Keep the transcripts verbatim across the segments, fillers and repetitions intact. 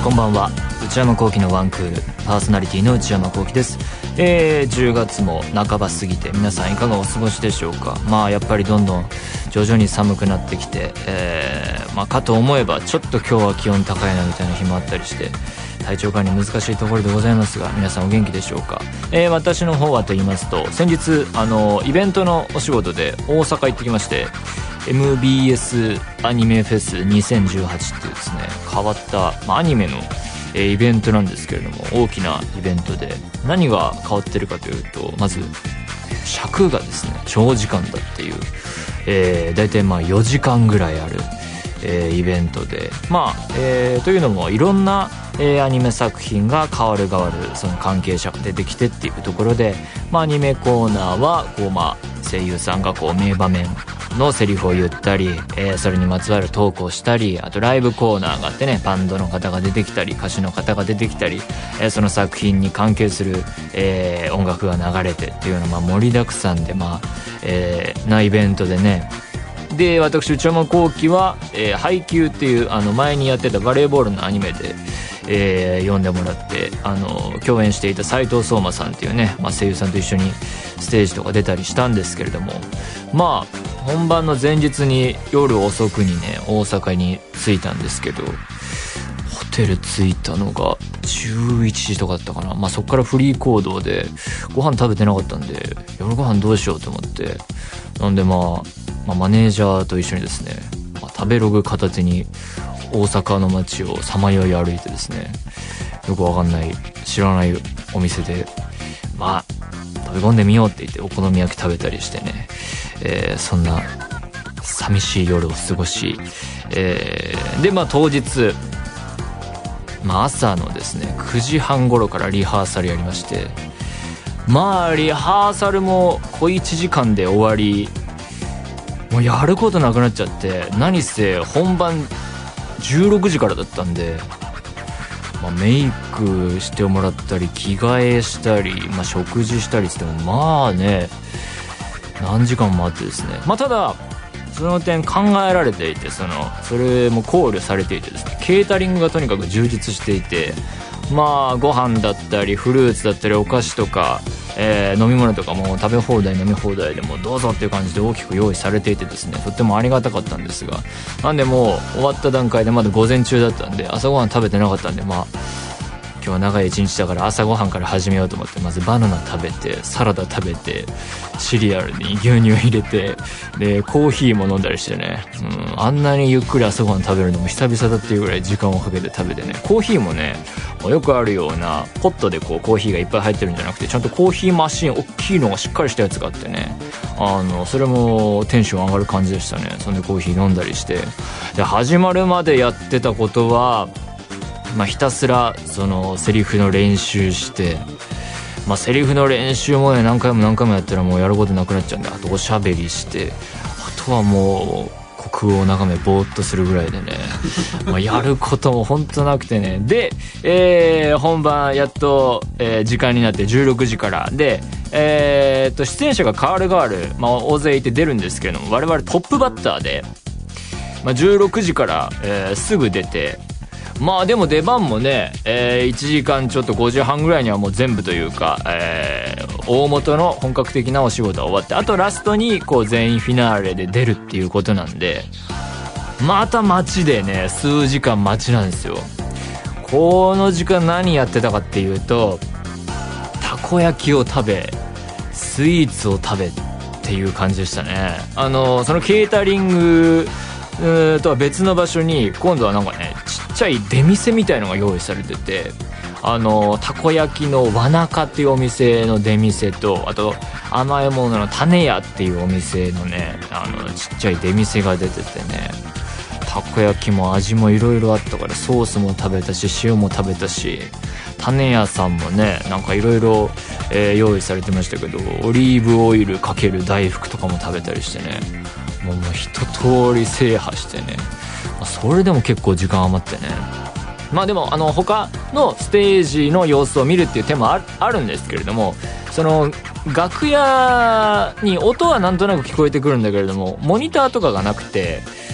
こんばんは。内山聖輝のワンクールパーソナリティの内山聖輝です。えー、じゅうがつも半ば過ぎて皆さんいかがお過ごしでしょうか。まあやっぱりどんどん徐々に寒くなってきて、えーまあ、かと思えばちょっと今日は気温高いなみたいな日もあったりして体調管理難しいところでございますが、皆さんお元気でしょうか。えー、私の方はと言いますと、先日あのイベントのお仕事で大阪行ってきまして、 エムビーエス アニメフェスにせんじゅうはちっていうですね、変わった、まあ、アニメの、えー、イベントなんですけれども、大きなイベントで何が変わってるかというと、まず尺がですね長時間だっていう、えー、大体まあよじかんぐらいある、えー、イベントで、まあ、えー、というのもいろんな、えー、アニメ作品が変わる変わるその関係者が出てきてっていうところで、まあ、アニメコーナーはこう、まあ、声優さんがこう名場面のセリフを言ったり、えー、それにまつわるトークをしたり、あとライブコーナーがあってね、バンドの方が出てきたり歌手の方が出てきたり、えー、その作品に関係する、えー、音楽が流れてっていうのまあ盛りだくさんで、まあえー、なイベントでね。で私内山聖輝は、えー、ハイキューっていうあの前にやってたバレーボールのアニメで、えー、呼んでもらってあの共演していた斉藤壮馬さんっていうね、まあ、声優さんと一緒にステージとか出たりしたんですけれども、まあ本番の前日に夜遅くにね大阪に着いたんですけど、ホテル着いたのがじゅういちじとかだったかな。まあそっからフリー行動でご飯食べてなかったんで、夜ご飯どうしようと思って、なんでまあまあ、マネージャーと一緒にですね、まあ、食べログ片手に大阪の街をさまよい歩いてですね、よくわかんない知らないお店でまあ飛び込んでみようって言ってお好み焼き食べたりしてね、えー、そんな寂しい夜を過ごし、えー、でまあ当日、まあ、朝のですねくじはん頃からリハーサルやりまして、まあリハーサルも小いちじかんで終わり、もうやることなくなっちゃって、何せ本番じゅうろくじからだったんで、まあ、メイクしてもらったり着替えしたり、まあ、食事したりしてもまあね何時間もあってですね、まあ、ただその点考えられていて、そのそれも考慮されていてですね、ケータリングがとにかく充実していて、まあご飯だったりフルーツだったりお菓子とか、えー、飲み物とかも食べ放題飲み放題でもどうぞっていう感じで大きく用意されていてですね、とってもありがたかったんですが、なんでもう終わった段階でまだ午前中だったんで朝ごはん食べてなかったんで、まあ今日は長い一日だから朝ごはんから始めようと思って、まずバナナ食べてサラダ食べてシリアルに牛乳入れて、でコーヒーも飲んだりしてね、うん、あんなにゆっくり朝ごはん食べるのも久々だっていうぐらい時間をかけて食べてね、コーヒーもねよくあるようなポットでこうコーヒーがいっぱい入ってるんじゃなくて、ちゃんとコーヒーマシン大きいのがしっかりしたやつがあってね、あのそれもテンション上がる感じでしたね。そんでコーヒー飲んだりして、で始まるまでやってたことはまあ、ひたすらそのセリフの練習して、まあ、セリフの練習もね何回も何回もやったらもうやることなくなっちゃうんで、あとおしゃべりして、あとはもう国空を眺めぼーっとするぐらいでねまあやることも本当なくてね。で、えー、本番やっと、えー、時間になってじゅうろくじからで、えー、っと出演者が変わる変わる、まあ、大勢いて出るんですけれども、我々トップバッターで、まあ、じゅうろくじから、えー、すぐ出て、まあでも出番もね、えー、いちじかんちょっとごじはんぐらいにはもう全部というか、えー、大元の本格的なお仕事は終わって、あとラストにこう全員フィナーレで出るっていうことなんで、また街でね数時間待ちなんですよ。この時間何やってたかっていうと、たこ焼きを食べスイーツを食べっていう感じでしたね。あのそのケータリングとは別の場所に今度はなんかねちっちゃい出店みたいのが用意されてて、あのたこ焼きのわなかっていうお店の出店と、あと甘いものの種屋っていうお店のねあのちっちゃい出店が出ててね、たこ焼きも味もいろいろあったからソースも食べたし塩も食べたし、種屋さんもねなんかいろいろ用意されてましたけど、オリーブオイルかける大福とかも食べたりしてね、もう一通り制覇してね、それでも結構時間余ってね、まあでもあの他のステージの様子を見るっていう手もあ る, あるんですけれども、その楽屋に音はなんとなく聞こえてくるんだけれどもモニターとかがなくて、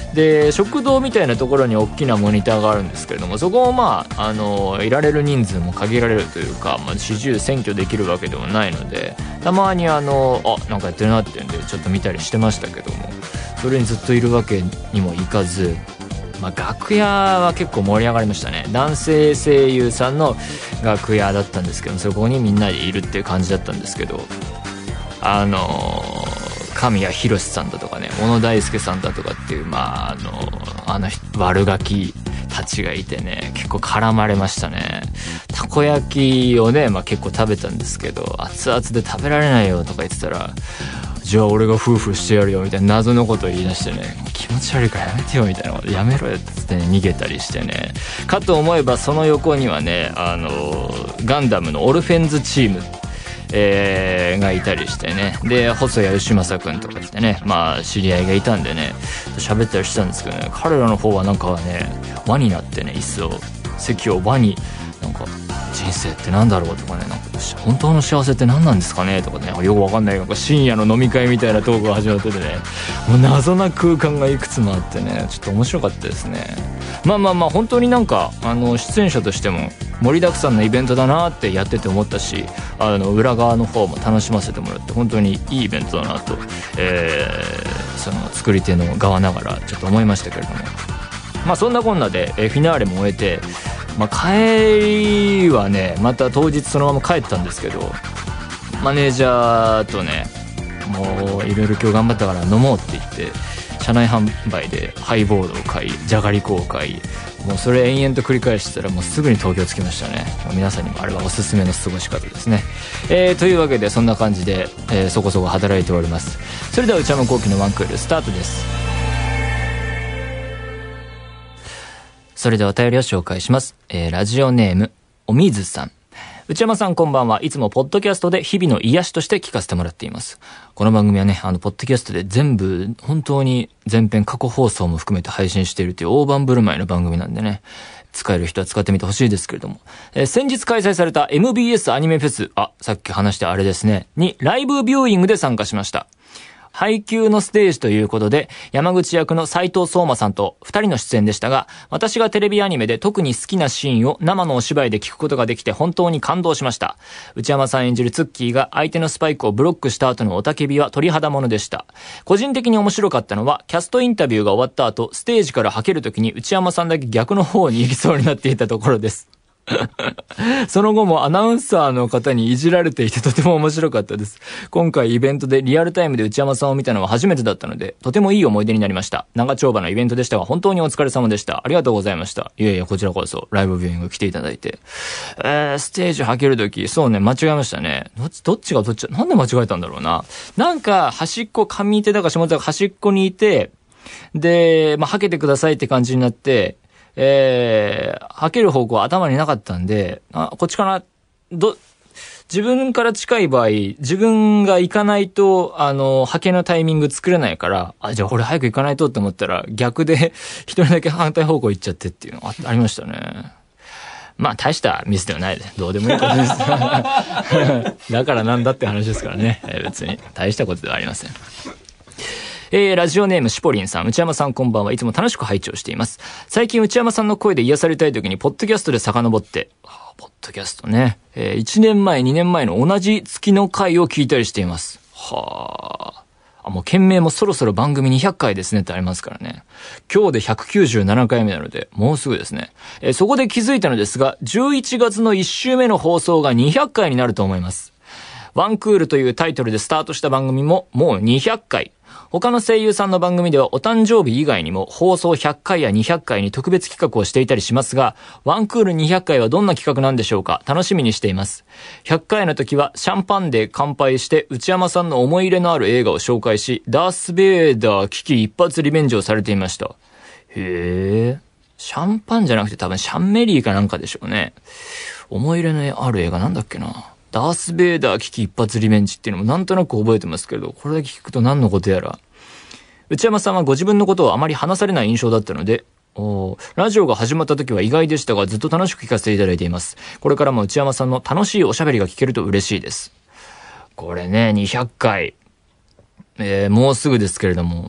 で食堂みたいなところに大きなモニターがあるんですけれども、そこもまああのいられる人数も限られるというか、まあ、始終占拠できるわけではないので、たまにあのあなんかやってるなっていうんでちょっと見たりしてましたけども、それにずっといるわけにもいかず、まあ、楽屋は結構盛り上がりましたね。男性声優さんの楽屋だったんですけど、そこにみんなでいるっていう感じだったんですけど、あのー、神谷博さんだとかね、小野大輔さんだとかっていう、まああのー、あの悪ガキたちがいてね、結構絡まれましたね。たこ焼きをね、まあ、結構食べたんですけど、熱々で食べられないよとか言ってたら、じゃあ俺が夫婦してやるよみたいな謎のことを言い出してね、気持ち悪いからやめてよみたいなこと、やめろよって言って、ね、逃げたりしてね、かと思えばその横にはね、あのガンダムのオルフェンズチーム、えー、がいたりしてね、で細谷義正くんとかってね、まあ知り合いがいたんでね喋ったりしたんですけどね、彼らの方はなんかね輪になってね、椅子を席を輪になんか人生ってなんだろうとかね、なんか本当の幸せって何なんですかねとかね、よくわかんないなんか深夜の飲み会みたいなトークが始まっててね、もう謎な空間がいくつもあってね、ちょっと面白かったですね。まあまあまあ本当になんかあの出演者としても盛りだくさんのイベントだなってやってて思ったし、あの裏側の方も楽しませてもらって本当にいいイベントだなと、えー、その作り手の側ながらちょっと思いましたけれども、まあそんなこんなで、えー、フィナーレも終えて、まあ、帰りはねまた当日そのまま帰ったんですけど、マネージャーとねもういろいろ今日頑張ったから飲もうって言って車内販売でハイボールを買い、じゃがりこを買い、もうそれ延々と繰り返してたらもうすぐに東京着きましたね。もう皆さんにもあれはおすすめの過ごし方ですね。えー、というわけでそんな感じで、えー、そこそこ働いております。それでは内山聖輝のワンクールスタートです。それではお便りを紹介します。えー、ラジオネームおみずさん。内山さんこんばんは。いつもポッドキャストで日々の癒しとして聞かせてもらっています。この番組はね、あのポッドキャストで全部本当に全編過去放送も含めて配信しているという大盤振る舞いの番組なんでね、使える人は使ってみてほしいですけれども、えー、先日開催された エムビーエス アニメフェス、あ、さっき話したあれですねにライブビューイングで参加しました。配給のステージということで、山口役の斉藤壮馬さんと二人の出演でしたが、私がテレビアニメで特に好きなシーンを生のお芝居で聞くことができて本当に感動しました。内山さん演じるツッキーが相手のスパイクをブロックした後の雄たけびは鳥肌ものでした。個人的に面白かったのは、キャストインタビューが終わった後、ステージからはけるときに内山さんだけ逆の方に行きそうになっていたところです。その後もアナウンサーの方にいじられていてとても面白かったです。今回イベントでリアルタイムで内山さんを見たのは初めてだったので、とてもいい思い出になりました。長丁場のイベントでしたが本当にお疲れ様でした。ありがとうございました。いやいやこちらこそライブビューイング来ていただいて、えー、ステージはけるとき、そうね間違えましたね。どっちどっちがどっち、なんで間違えたんだろうな。なんか端っこ上手だか下手だか端っこにいて、でまあはけてくださいって感じになって。えー、はける方向は頭になかったんで、あ、こっちかな、ど、自分から近い場合、自分が行かないと、あの、はけのタイミング作れないから、あ、じゃあ俺早く行かないとって思ったら、逆で一人だけ反対方向行っちゃってっていうのが あ, ありましたね。まあ大したミスではないです。どうでもいいことです。だからなんだって話ですからね。えー、別に大したことではありません。えー、ラジオネームしぽりんさん、内山さんこんばんは。いつも楽しく拝聴しています。最近内山さんの声で癒されたい時にポッドキャストで遡って、はあ、ポッドキャストね、えー、いちねんまえにねんまえの同じ月の回を聞いたりしています。はあ、あ、もう件名もそろそろ番組にひゃっかいですねってありますからね。今日でひゃくきゅうじゅうななかいめなのでもうすぐですね。えー、そこで気づいたのですが、じゅういちがつのいっ週目の放送がにひゃっかいになると思います。ワンクールというタイトルでスタートした番組ももうにひゃっかい。他の声優さんの番組ではお誕生日以外にも放送ひゃっかいやにひゃっかいに特別企画をしていたりしますが、ワンクールにひゃっかいはどんな企画なんでしょうか。楽しみにしています。ひゃっかいの時はシャンパンで乾杯して内山さんの思い入れのある映画を紹介し、ダース・ベイダー危機一発リベンジをされていました。へー。シャンパンじゃなくて多分シャンメリーかなんかでしょうね。思い入れのある映画なんだっけな。ダース・ベイダー危機一発リベンジっていうのもなんとなく覚えてますけど、これだけ聞くと何のことやら。内山さんはご自分のことをあまり話されない印象だったので、おラジオが始まった時は意外でしたがずっと楽しく聞かせていただいています。これからも内山さんの楽しいおしゃべりが聞けると嬉しいです。これね、にひゃっかい、えー、もうすぐですけれども、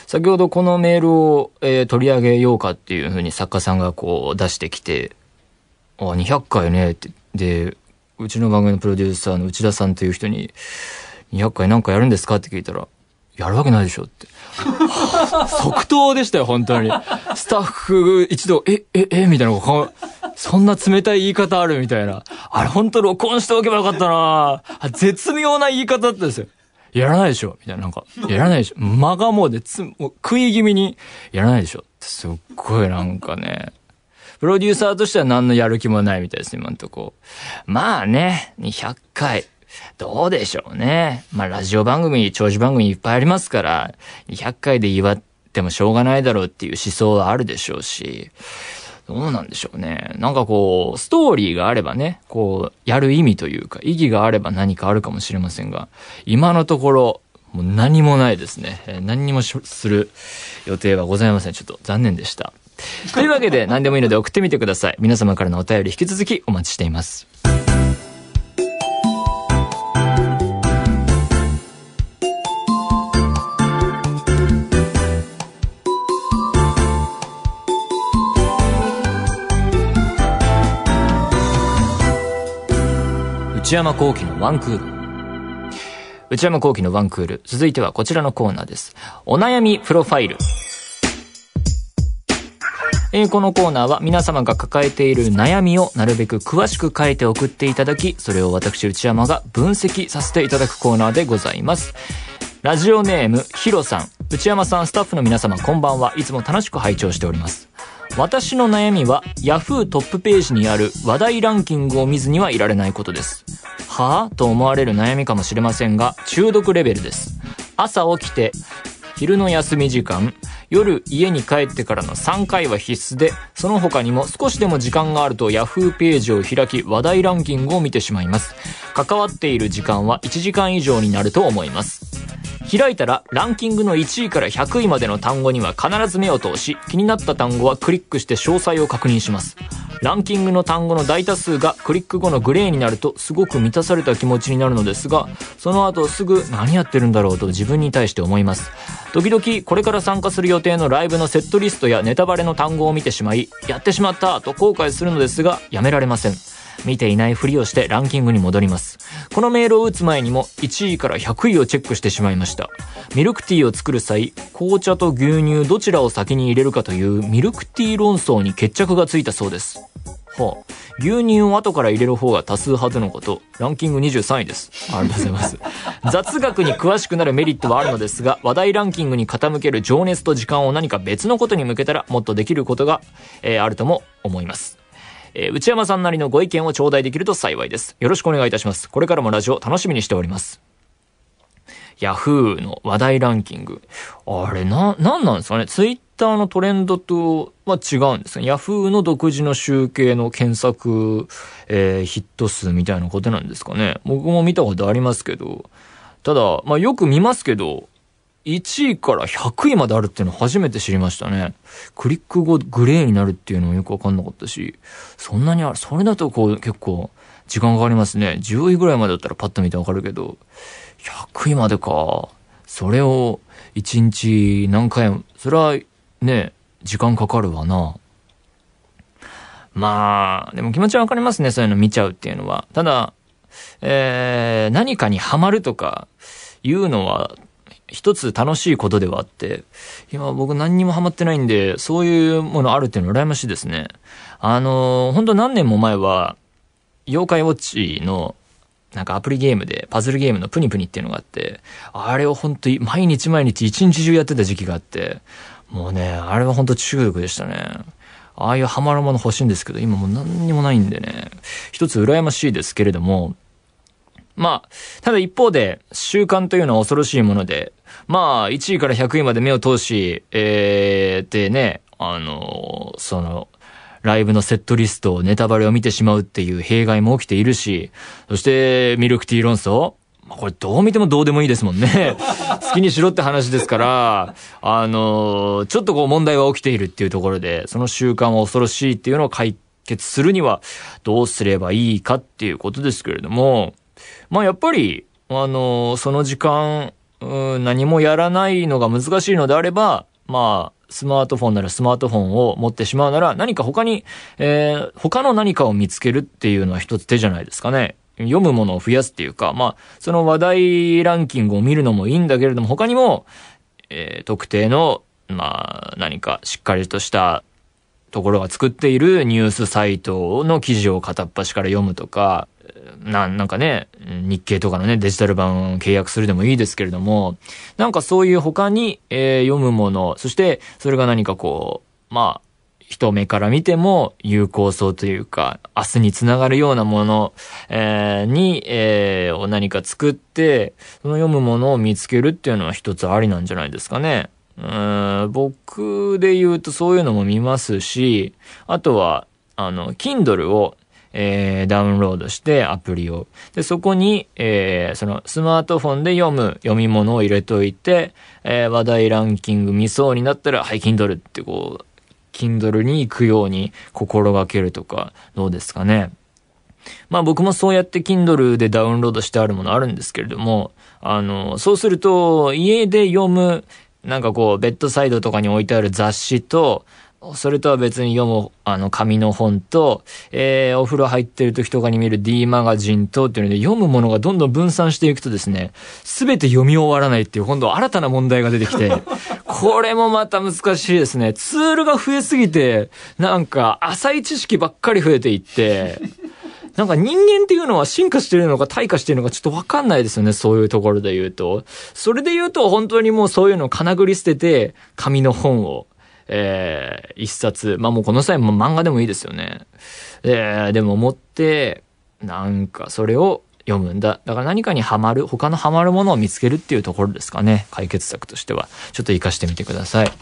先ほどこのメールを、えー、取り上げようかっていうふうに作家さんがこう出してきて、あ、にひゃっかいねって、で、うちの番組のプロデューサーの内田さんという人に、にひゃっかいなんかやるんですかって聞いたら、やるわけないでしょって。即答でしたよ、本当に。スタッフ一度、え、え、え、みたいな、そんな冷たい言い方あるみたいな。あれ本当録音しておけばよかったな。絶妙な言い方だったんですよ。やらないでしょみたいな、なんか、やらないでしょ間がもうでつ、もう食い気味に、やらないでしょってすっごいなんかね、プロデューサーとしては何のやる気もないみたいですね、今んとこ。まあね、にひゃっかい。どうでしょうね。まあラジオ番組、長寿番組いっぱいありますから、にひゃっかいで祝ってもしょうがないだろうっていう思想はあるでしょうし、どうなんでしょうね。なんかこう、ストーリーがあればね、こう、やる意味というか、意義があれば何かあるかもしれませんが、今のところ、もう何もないですね。えー、何にもする予定はございません。ちょっと残念でした。というわけで、何でもいいので送ってみてください。皆様からのお便り引き続きお待ちしています。内山聖輝のワンクール。内山聖輝のワンクール。続いてはこちらのコーナーです。お悩みプロファイル。えー、このコーナーは皆様が抱えている悩みをなるべく詳しく書いて送っていただき、それを私内山が分析させていただくコーナーでございます。ラジオネームヒロさん、内山さん、スタッフの皆様こんばんは。いつも楽しく拝聴しております。私の悩みは Yahoo トップページにある話題ランキングを見ずにはいられないことです。はぁと思われる悩みかもしれませんが、中毒レベルです。朝起きて昼の休み時間、夜家に帰ってからのさんかいは必須で、その他にも少しでも時間があると Yahoo ページを開き話題ランキングを見てしまいます。関わっている時間はいちじかん以上になると思います。開いたらランキングのいちいからひゃくいまでの単語には必ず目を通し、気になった単語はクリックして詳細を確認します。ランキングの単語の大多数がクリック後のグレーになるとすごく満たされた気持ちになるのですが、その後すぐ何やってるんだろうと自分に対して思います。時々これから参加する予定のライブのセットリストやネタバレの単語を見てしまい、やってしまったと後悔するのですが、やめられません。見ていないふりをしてランキングに戻ります。このメールを打つ前にもいちいからひゃくいをチェックしてしまいました。ミルクティーを作る際、紅茶と牛乳どちらを先に入れるかというミルクティー論争に決着がついたそうです。はあ、牛乳を後から入れる方が多数派とのこと。ランキングにじゅうさんいです。ありがとうございます。雑学に詳しくなるメリットはあるのですが、話題ランキングに傾ける情熱と時間を何か別のことに向けたらもっとできることが、えー、あるとも思います。えー、内山さんなりのご意見を頂戴できると幸いです。よろしくお願いいたします。これからもラジオ楽しみにしております。ヤフーの話題ランキング。あれ、な、なんなんですかね。ツイッターのトレンドとは違うんですかね。ヤフーの独自の集計の検索、えー、ヒット数みたいなことなんですかね。僕も見たことありますけど。ただ、まあよく見ますけど、いちいからひゃくいまであるっていうの初めて知りましたね。クリック後グレーになるっていうのもよくわかんなかったし、そんなにある。それだとこう結構時間かかりますね。じゅういぐらいまでだったらパッと見てわかるけど、ひゃくいまでか。それをいちにち何回も、それはね、時間かかるわな。まあ、でも気持ちはわかりますね。そういうの見ちゃうっていうのは。ただ、えー、何かにハマるとかいうのは、一つ楽しいことではあって、今僕何にもハマってないんで、そういうものあるっていうの羨ましいですね。あのー、ほんと何年も前は、妖怪ウォッチの、なんかアプリゲームで、パズルゲームのプニプニっていうのがあって、あれをほんと毎日毎日一日中やってた時期があって、もうね、あれはほんと中毒でしたね。ああいうハマるもの欲しいんですけど、今もう何にもないんでね、一つ羨ましいですけれども、まあ、ただ一方で、習慣というのは恐ろしいもので、まあ、いちいからひゃくいまで目を通し、えー、でね、あの、その、ライブのセットリスト、ネタバレを見てしまうっていう弊害も起きているし、そして、ミルクティー論争、まあ、これどう見てもどうでもいいですもんね。好きにしろって話ですから、あの、ちょっとこう問題は起きているっていうところで、その習慣は恐ろしいっていうのを解決するには、どうすればいいかっていうことですけれども、まあやっぱり、あの、その時間う何もやらないのが難しいのであれば、まあ、スマートフォンならスマートフォンを持ってしまうなら、何か他に、えー、他の何かを見つけるっていうのは一つ手じゃないですかね。読むものを増やすっていうか、まあ、その話題ランキングを見るのもいいんだけれども、他にも、えー、特定の、まあ、何かしっかりとしたところが作っているニュースサイトの記事を片っ端から読むとか、な、なんかね、日経とかのね、デジタル版を契約するでもいいですけれども、なんかそういう他に、えー、読むもの、そしてそれが何かこう、まあ、一目から見ても有効そうというか、明日につながるようなもの、えー、に、えー、を何か作って、その読むものを見つけるっていうのは一つありなんじゃないですかね。うーん、僕で言うとそういうのも見ますし、あとは、あの、Kindle を、えー、ダウンロードしてアプリを。で、そこに、えー、そのスマートフォンで読む読み物を入れといて、えー、話題ランキング見そうになったら、はい、Kindle ってこう、Kindle に行くように心がけるとか、どうですかね。まあ僕もそうやって Kindle でダウンロードしてあるものあるんですけれども、あの、そうすると、家で読む、なんかこう、ベッドサイドとかに置いてある雑誌と、それとは別に読む、あの、紙の本と、えー、お風呂入ってる時とかに見る D マガジンとっていうので、読むものがどんどん分散していくとですね、すべて読み終わらないっていう、今度新たな問題が出てきて、これもまた難しいですね。ツールが増えすぎて、なんか、浅い知識ばっかり増えていって、なんか人間っていうのは進化してるのか退化してるのかちょっとわかんないですよね。そういうところで言うと。それで言うと本当にもうそういうのをかなぐり捨てて、紙の本を、えー、一冊、まあもうこの際も漫画でもいいですよね。えー、でも持って、なんかそれを読むんだ。だから何かにハマる、他のハマるものを見つけるっていうところですかね。解決策としては。ちょっと活かしてみてください。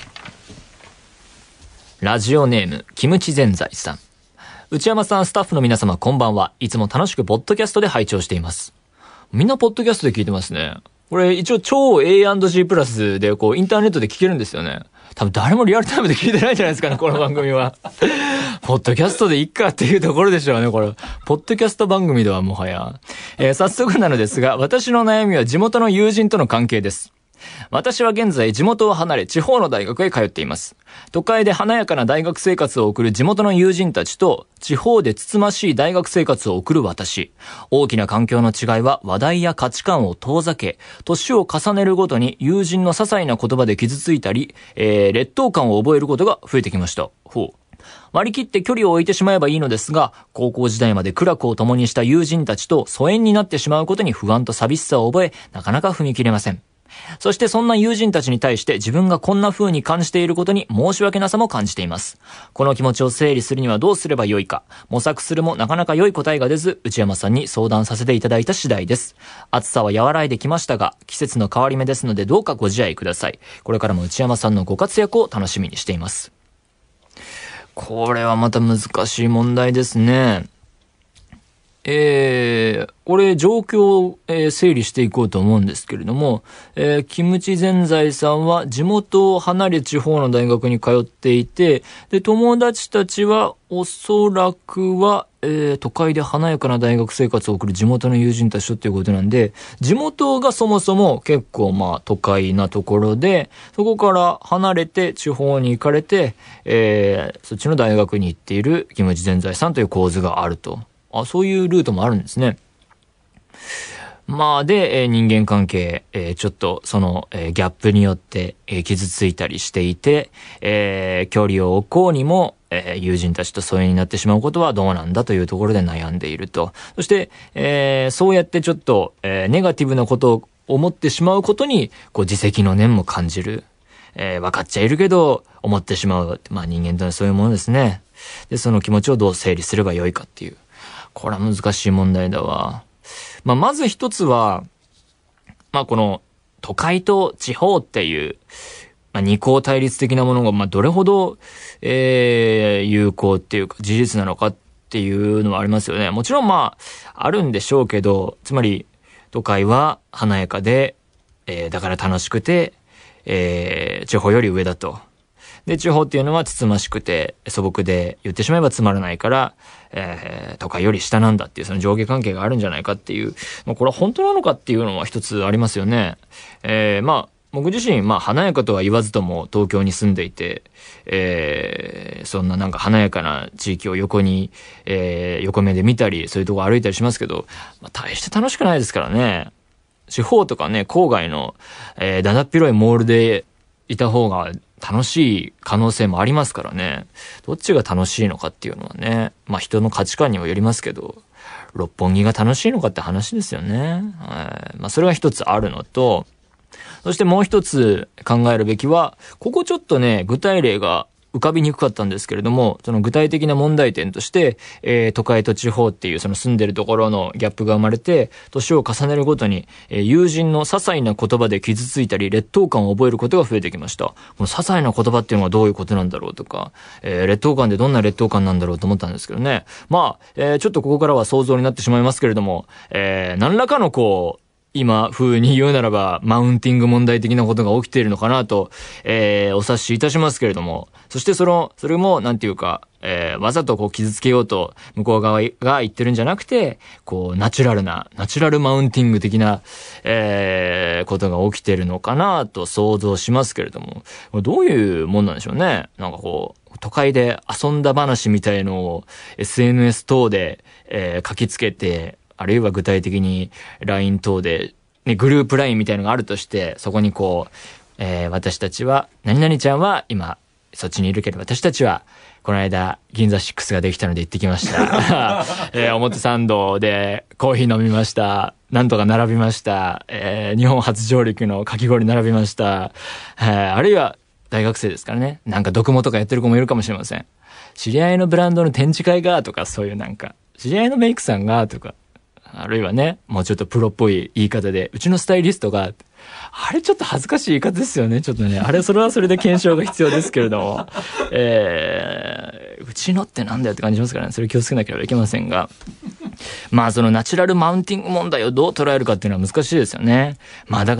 ラジオネーム、キムチぜんざいさん。内山さん、スタッフの皆様、こんばんは。いつも楽しくポッドキャストで拝聴しています。みんなポッドキャストで聞いてますね。これ一応超 エーアンドジー プラスでこうインターネットで聞けるんですよね。多分誰もリアルタイムで聞いてないんじゃないですかね、この番組は。ポッドキャストでいっかっていうところでしょうね、これ。ポッドキャスト番組ではもはや。えー、早速なのですが、私の悩みは地元の友人との関係です。私は現在地元を離れ地方の大学へ通っています。都会で華やかな大学生活を送る地元の友人たちと地方でつつましい大学生活を送る私。大きな環境の違いは話題や価値観を遠ざけ、年を重ねるごとに友人の些細な言葉で傷ついたり、えー、劣等感を覚えることが増えてきました。ほう。割り切って距離を置いてしまえばいいのですが、高校時代まで苦楽を共にした友人たちと疎遠になってしまうことに不安と寂しさを覚え、なかなか踏み切れません。そしてそんな友人たちに対して自分がこんな風に感じていることに申し訳なさも感じています。この気持ちを整理するにはどうすればよいか、模索するもなかなか良い答えが出ず、内山さんに相談させていただいた次第です。暑さは和らいできましたが、季節の変わり目ですのでどうかご自愛ください。これからも内山さんのご活躍を楽しみにしています。これはまた難しい問題ですね。えー、これ状況を、えー、整理していこうと思うんですけれども、えー、キムチぜんざいさんは地元を離れ地方の大学に通っていて、で、友達たちはおそらくは、えー、都会で華やかな大学生活を送る地元の友人たちとっていうことなんで、地元がそもそも結構まあ都会なところで、そこから離れて地方に行かれて、えー、そっちの大学に行っているキムチぜんざいさんという構図があると。あ、そういうルートもあるんですね。まあで、えー、人間関係、えー、ちょっとその、えー、ギャップによって、えー、傷ついたりしていて、えー、距離を置こうにも、えー、友人たちと疎遠になってしまうことはどうなんだというところで悩んでいると。そして、えー、そうやってちょっと、えー、ネガティブなことを思ってしまうことに、こう自責の念も感じる。えー、分かっちゃいるけど、思ってしまう。まあ人間とはそういうものですね。で、その気持ちをどう整理すればよいかっていう。これは難しい問題だわ。まあ、まず一つは、まあ、この都会と地方っていう、まあ、二項対立的なものが、まあ、どれほど、えー、有効っていうか事実なのかっていうのはありますよね。もちろんまあ、あるんでしょうけど、つまり、都会は華やかで、えー、だから楽しくて、えー、地方より上だと。 で、地方っていうのはつつましくて素朴で言ってしまえばつまらないから、えー、都会より下なんだっていうその上下関係があるんじゃないかっていう、まあ、これは本当なのかっていうのは一つありますよね。えー、まあ、僕自身、まあ、華やかとは言わずとも東京に住んでいて、えー、そんななんか華やかな地域を横に、えー、横目で見たり、そういうとこ歩いたりしますけど、まあ、大して楽しくないですからね。地方とかね、郊外の、えー、だだっ広いモールでいた方が楽しい可能性もありますからね。どっちが楽しいのかっていうのはね、まあ人の価値観にもよりますけど、六本木が楽しいのかって話ですよね。えー、まあそれが一つあるのと、そしてもう一つ考えるべきは、ここちょっとね、具体例が浮かびにくかったんですけれども、その具体的な問題点として、えー、都会と地方っていうその住んでるところのギャップが生まれて、年を重ねるごとに、えー、友人の些細な言葉で傷ついたり、劣等感を覚えることが増えてきました。この些細な言葉っていうのはどういうことなんだろうとか、えー、劣等感でどんな劣等感なんだろうと思ったんですけどね。まあ、えー、ちょっとここからは想像になってしまいますけれども、えー、何らかのこう、今風に言うならばマウンティング問題的なことが起きているのかなと、えー、お察しいたしますけれども、そしてそのそれもなんていうか、えー、わざとこう傷つけようと向こう側が言ってるんじゃなくて、こうナチュラルなナチュラルマウンティング的な、えー、ことが起きているのかなと想像しますけれども、どういうもんなんでしょうね。なんかこう都会で遊んだ話みたいのを エスエヌエス 等で、えー、書きつけて、あるいは具体的に ライン 等で、ね、グループ ライン みたいなのがあるとして、そこにこう、えー、私たちは、何々ちゃんは今、そっちにいるけど、私たちは、この間、銀座ろくができたので行ってきました。えー、表参道でコーヒー飲みました。なんとか並びました。えー、日本初上陸のかき氷並びました。えー、あるいは、大学生ですからね。なんか、読モとかやってる子もいるかもしれません。知り合いのブランドの展示会が、とか、そういうなんか、知り合いのメイクさんが、とか、あるいはね、もうちょっとプロっぽい言い方で、うちのスタイリストが、あれちょっと恥ずかしい言い方ですよね。ちょっとね、あれそれはそれで検証が必要ですけれども、えー、うちのってなんだよって感じますからね。それ気をつけなければいけませんが。まあそのナチュラルマウンティング問題をどう捉えるかっていうのは難しいですよね。まあだから、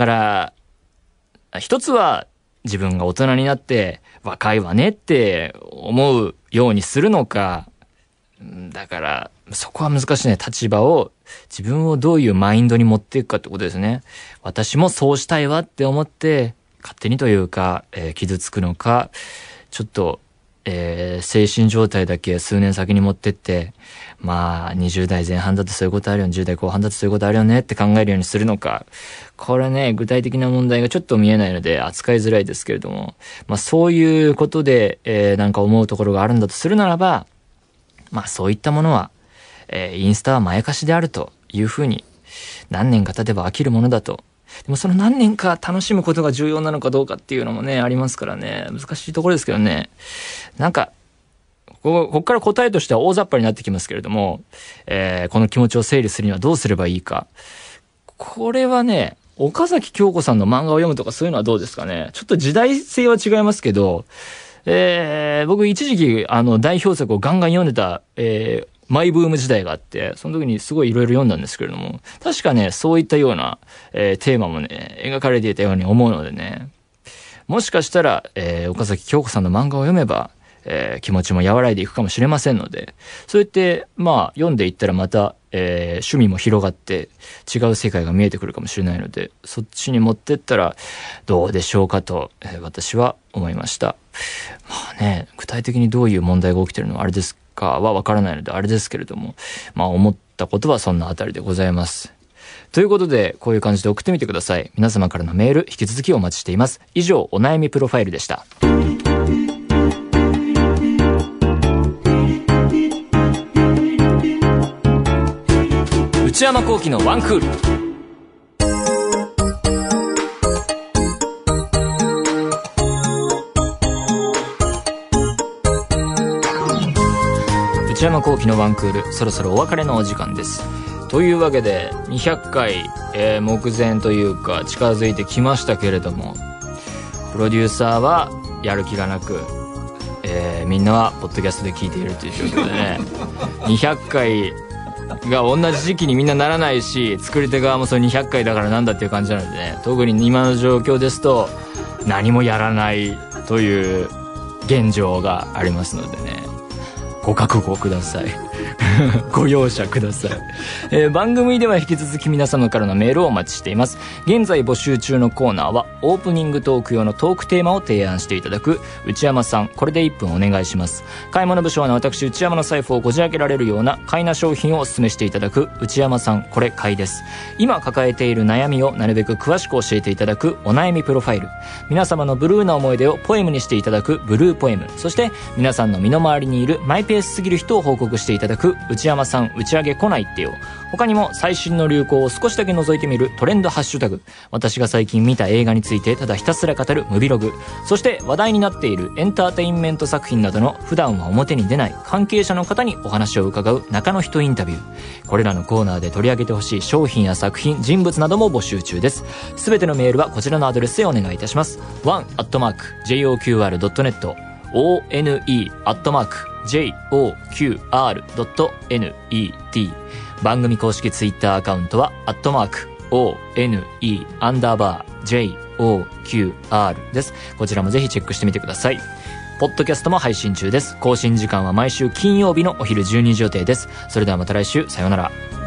一つは自分が大人になって若いわねって思うようにするのか、だからそこは難しいね。立場を、自分をどういうマインドに持っていくかってことですね。私もそうしたいわって思って勝手にというか、えー、傷つくのか、ちょっと、えー、精神状態だけ数年先に持ってって、まあにじゅう代前半だとそういうことあるよね、じゅう代後半だとそういうことあるよねって考えるようにするのか、これね、具体的な問題がちょっと見えないので扱いづらいですけれども、まあそういうことで、えー、なんか思うところがあるんだとするならば、まあそういったものは、えー、インスタはまやかしであるというふうに何年か経てば飽きるものだと。でもその何年か楽しむことが重要なのかどうかっていうのもね、ありますからね、難しいところですけどね。なんか、ここ、ここから答えとしては大雑把になってきますけれども、えー、この気持ちを整理するにはどうすればいいか。これはね、岡崎京子さんの漫画を読むとかそういうのはどうですかね。ちょっと時代性は違いますけど、えー、僕一時期あの代表作をガンガン読んでた、えー、マイブーム時代があって、その時にすごいいろいろ読んだんですけれども、確かね、そういったような、えー、テーマもね、描かれていたように思うのでね、もしかしたら、えー、岡崎京子さんの漫画を読めば、えー、気持ちも和らいでいくかもしれませんので、そうやって、まあ、読んでいったらまた、えー、趣味も広がって違う世界が見えてくるかもしれないので、そっちに持ってったらどうでしょうかと、えー、私は思いました。まあね、具体的にどういう問題が起きているのはあれですかはわからないのであれですけれども、まあ思ったことはそんなあたりでございます。ということで、こういう感じで送ってみてください。皆様からのメール引き続きお待ちしています。以上、お悩みプロファイルでした。内山聖輝のワンクール。内山聖輝のワンクール、そろそろお別れのお時間です。というわけでにひゃっかい、えー、目前というか近づいてきましたけれども、プロデューサーはやる気がなく、えー、みんなはポッドキャストで聞いているという状況でねにひゃっかいが同じ時期にみんなならないし、作り手側もそれにひゃっかいだからなんだっていう感じなのでね、特に今の状況ですと何もやらないという現状がありますのでね、ご覚悟くださいご容赦ください、えー、番組では引き続き皆様からのメールをお待ちしています。現在募集中のコーナーはオープニングトーク用のトークテーマを提案していただく内山さんこれでいっぷんお願いします。買い物不詳な私内山の財布をこじ開けられるような買いな商品をお勧めしていただく内山さんこれ買いです。今抱えている悩みをなるべく詳しく教えていただくお悩みプロファイル、皆様のブルーな思い出をポエムにしていただくブルーポエム、そして皆さんの身の回りにいるマイペースすぎる人を報告していただく内山さん打ち上げ来ないってよ。他にも最新の流行を少しだけ覗いてみるトレンドハッシュタグ、私が最近見た映画についてただひたすら語るムビログ、そして話題になっているエンターテインメント作品などの普段は表に出ない関係者の方にお話を伺う中の人インタビュー、これらのコーナーで取り上げてほしい商品や作品、人物なども募集中です。すべてのメールはこちらのアドレスへお願いいたします。ワン アットマーク ジェイオーキューアール ドットネット オーエヌイー アットマーク ジェイオーキューアール ドットネット 番組公式ツイッターアカウントはアットマーク オーエヌイー アンダーバー ジェイオーキューアール です。こちらもぜひチェックしてみてください。ポッドキャストも配信中です。更新時間は毎週金曜日のお昼じゅうにじ予定です。それではまた来週、さようなら。